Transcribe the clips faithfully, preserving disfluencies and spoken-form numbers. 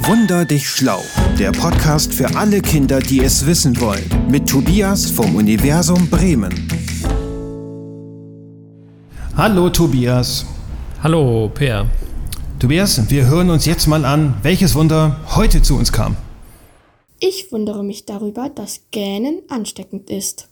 Wunder dich schlau, der Podcast für alle Kinder, die es wissen wollen, mit Tobias vom Universum Bremen. Hallo Tobias. Hallo Per. Tobias, wir hören uns jetzt mal an, welches Wunder heute zu uns kam. Ich wundere mich darüber, dass Gähnen ansteckend ist.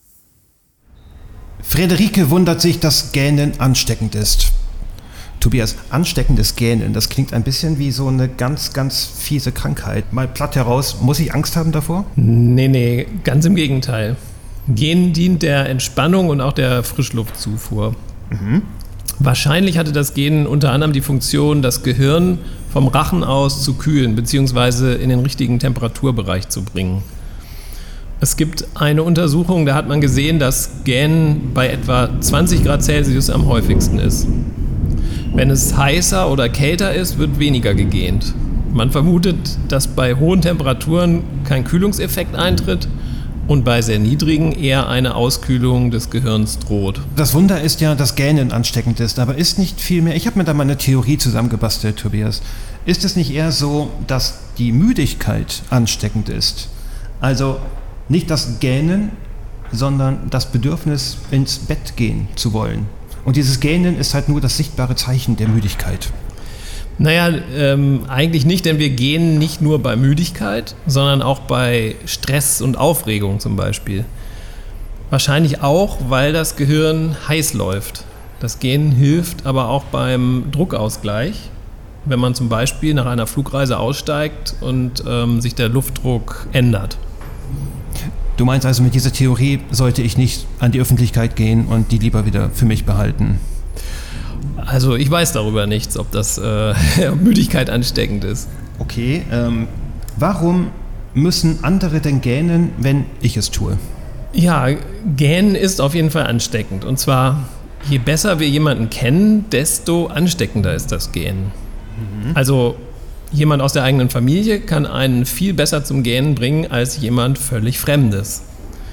Friederike wundert sich, dass Gähnen ansteckend ist. Tobias, ansteckendes Gähnen, das klingt ein bisschen wie so eine ganz, ganz fiese Krankheit. Mal platt heraus, muss ich Angst haben davor? Nee, nee, ganz im Gegenteil. Gähnen dient der Entspannung und auch der Frischluftzufuhr. Mhm. Wahrscheinlich hatte das Gähnen unter anderem die Funktion, das Gehirn vom Rachen aus zu kühlen bzw. in den richtigen Temperaturbereich zu bringen. Es gibt eine Untersuchung, da hat man gesehen, dass Gähnen bei etwa zwanzig Grad Celsius am häufigsten ist. Wenn es heißer oder kälter ist, wird weniger gegähnt. Man vermutet, dass bei hohen Temperaturen kein Kühlungseffekt eintritt und bei sehr niedrigen eher eine Auskühlung des Gehirns droht. Das Wunder ist ja, dass Gähnen ansteckend ist, aber ist nicht viel mehr. Ich habe mir da mal eine Theorie zusammengebastelt, Tobias. Ist es nicht eher so, dass die Müdigkeit ansteckend ist? Also nicht das Gähnen, sondern das Bedürfnis, ins Bett gehen zu wollen. Und dieses Gähnen ist halt nur das sichtbare Zeichen der Müdigkeit. Naja, ähm, eigentlich nicht, denn wir gähnen nicht nur bei Müdigkeit, sondern auch bei Stress und Aufregung zum Beispiel. Wahrscheinlich auch, weil das Gehirn heiß läuft. Das Gähnen hilft aber auch beim Druckausgleich, wenn man zum Beispiel nach einer Flugreise aussteigt und ähm, sich der Luftdruck ändert. Du meinst also, mit dieser Theorie sollte ich nicht an die Öffentlichkeit gehen und die lieber wieder für mich behalten? Also ich weiß darüber nichts, ob das äh, Müdigkeit ansteckend ist. Okay, ähm, warum müssen andere denn gähnen, wenn ich es tue? Ja, Gähnen ist auf jeden Fall ansteckend. Und zwar, je besser wir jemanden kennen, desto ansteckender ist das Gähnen. Mhm. Also jemand aus der eigenen Familie kann einen viel besser zum Gähnen bringen als jemand völlig Fremdes.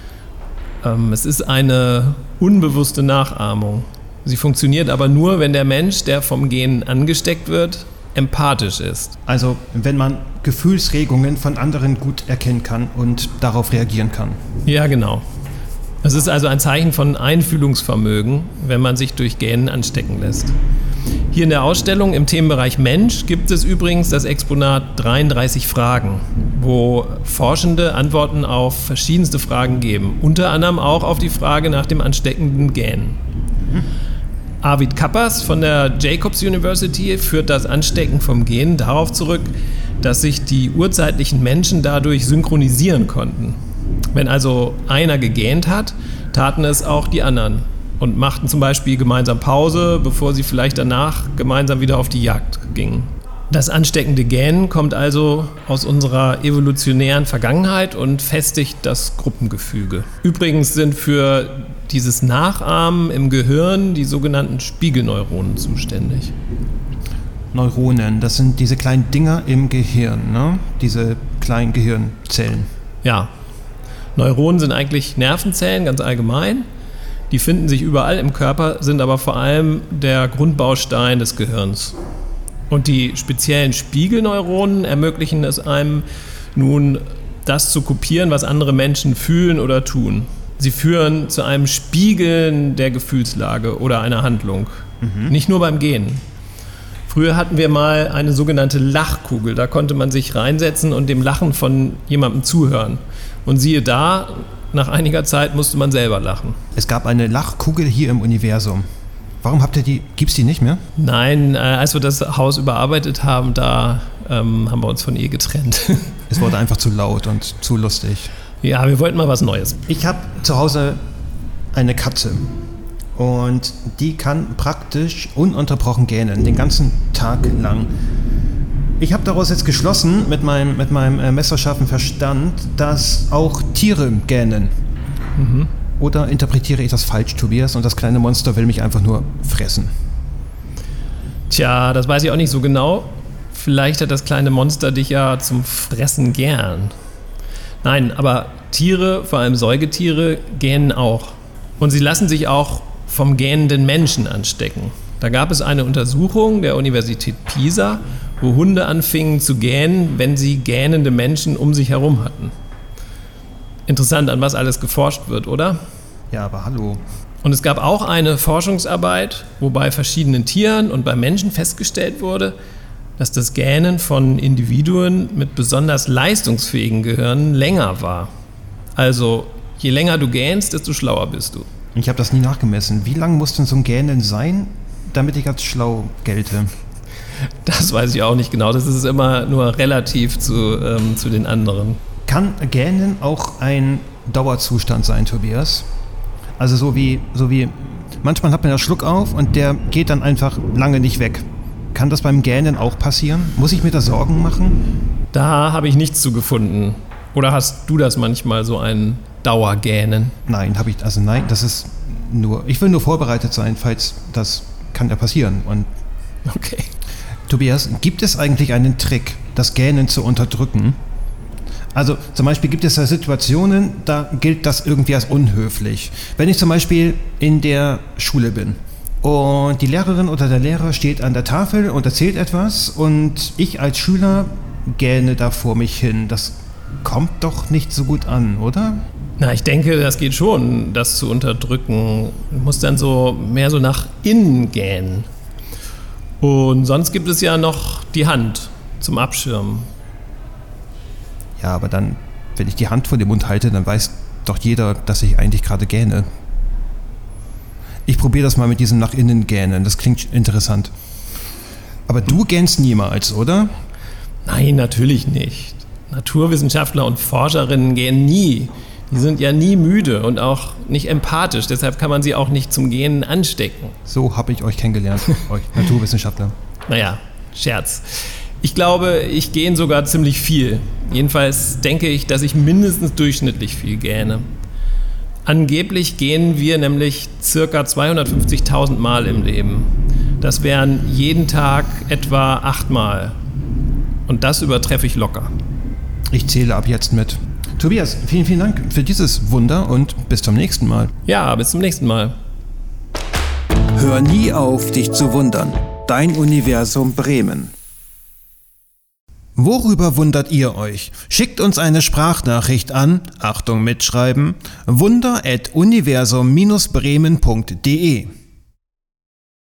Ähm, es ist eine unbewusste Nachahmung. Sie funktioniert aber nur, wenn der Mensch, der vom Gähnen angesteckt wird, empathisch ist. Also wenn man Gefühlsregungen von anderen gut erkennen kann und darauf reagieren kann. Ja, genau. Es ist also ein Zeichen von Einfühlungsvermögen, wenn man sich durch Gähnen anstecken lässt. Hier in der Ausstellung im Themenbereich Mensch gibt es übrigens das Exponat dreiunddreißig Fragen, wo Forschende Antworten auf verschiedenste Fragen geben, unter anderem auch auf die Frage nach dem ansteckenden Gähnen. Mhm. Arvid Kappers von der Jacobs University führt das Anstecken vom Gähnen darauf zurück, dass sich die urzeitlichen Menschen dadurch synchronisieren konnten. Wenn also einer gegähnt hat, taten es auch die anderen und machten zum Beispiel gemeinsam Pause, bevor sie vielleicht danach gemeinsam wieder auf die Jagd gingen. Das ansteckende Gähnen kommt also aus unserer evolutionären Vergangenheit und festigt das Gruppengefüge. Übrigens sind für dieses Nachahmen im Gehirn die sogenannten Spiegelneuronen zuständig. Neuronen, das sind diese kleinen Dinger im Gehirn, ne? Diese kleinen Gehirnzellen. Ja, Neuronen sind eigentlich Nervenzellen, ganz allgemein. Die finden sich überall im Körper, sind aber vor allem der Grundbaustein des Gehirns. Und die speziellen Spiegelneuronen ermöglichen es einem nun, das zu kopieren, was andere Menschen fühlen oder tun. Sie führen zu einem Spiegeln der Gefühlslage oder einer Handlung. Mhm. Nicht nur beim Gähnen. Früher hatten wir mal eine sogenannte Lachkugel. Da konnte man sich reinsetzen und dem Lachen von jemandem zuhören. Und siehe da, nach einiger Zeit musste man selber lachen. Es gab eine Lachkugel hier im Universum. Warum habt ihr die, gibt's die nicht mehr? Nein, äh, als wir das Haus überarbeitet haben, da ähm, haben wir uns von ihr getrennt. Es wurde einfach zu laut und zu lustig. Ja, wir wollten mal was Neues. Ich habe zu Hause eine Katze und die kann praktisch ununterbrochen gähnen, den ganzen Tag lang. Ich habe daraus jetzt geschlossen, mit meinem, mit meinem äh, messerscharfen Verstand, dass auch Tiere gähnen. Mhm. Oder interpretiere ich das falsch, Tobias, und das kleine Monster will mich einfach nur fressen? Tja, das weiß ich auch nicht so genau. Vielleicht hat das kleine Monster dich ja zum Fressen gern. Nein, aber Tiere, vor allem Säugetiere, gähnen auch. Und sie lassen sich auch vom gähnenden Menschen anstecken. Da gab es eine Untersuchung der Universität Pisa, wo Hunde anfingen zu gähnen, wenn sie gähnende Menschen um sich herum hatten. Interessant, an was alles geforscht wird, oder? Ja, aber hallo. Und es gab auch eine Forschungsarbeit, wo bei verschiedenen Tieren und bei Menschen festgestellt wurde, dass das Gähnen von Individuen mit besonders leistungsfähigen Gehirnen länger war. Also, je länger du gähnst, desto schlauer bist du. Ich habe das nie nachgemessen. Wie lang muss denn so ein Gähnen sein, damit ich als schlau gelte? Das weiß ich auch nicht genau. Das ist immer nur relativ zu, ähm, zu den anderen. Kann Gähnen auch ein Dauerzustand sein, Tobias? Also so wie, so wie, manchmal hat man ja Schluck auf und der geht dann einfach lange nicht weg. Kann das beim Gähnen auch passieren? Muss ich mir da Sorgen machen? Da habe ich nichts zu gefunden. Oder hast du das manchmal, so ein Dauergähnen? Nein, habe ich, also nein, das ist nur, ich will nur vorbereitet sein, falls das kann ja passieren. Und okay. Tobias, gibt es eigentlich einen Trick, das Gähnen zu unterdrücken? Also zum Beispiel gibt es da Situationen, da gilt das irgendwie als unhöflich. Wenn ich zum Beispiel in der Schule bin und die Lehrerin oder der Lehrer steht an der Tafel und erzählt etwas und ich als Schüler gähne da vor mich hin, das kommt doch nicht so gut an, oder? Na, ich denke, das geht schon, das zu unterdrücken. Du musst dann so mehr so nach innen gähnen. Und sonst gibt es ja noch die Hand zum Abschirmen. Ja, aber dann, wenn ich die Hand vor den Mund halte, dann weiß doch jeder, dass ich eigentlich gerade gähne. Ich probiere das mal mit diesem nach innen gähnen, das klingt interessant. Aber du gähnst niemals, oder? Nein, natürlich nicht. Naturwissenschaftler und Forscherinnen gähnen nie. Die sind ja nie müde und auch nicht empathisch, deshalb kann man sie auch nicht zum Gähnen anstecken. So habe ich euch kennengelernt, euch Naturwissenschaftler. Naja, Scherz. Ich glaube, ich gähne sogar ziemlich viel. Jedenfalls denke ich, dass ich mindestens durchschnittlich viel gähne. Angeblich gähnen wir nämlich circa zweihundertfünfzigtausend Mal im Leben. Das wären jeden Tag etwa acht Mal. Und das übertreffe ich locker. Ich zähle ab jetzt mit. Tobias, vielen, vielen Dank für dieses Wunder und bis zum nächsten Mal. Ja, bis zum nächsten Mal. Hör nie auf, dich zu wundern. Dein Universum Bremen. Worüber wundert ihr euch? Schickt uns eine Sprachnachricht an, Achtung mitschreiben, wunder at universum Bindestrich bremen punkt de.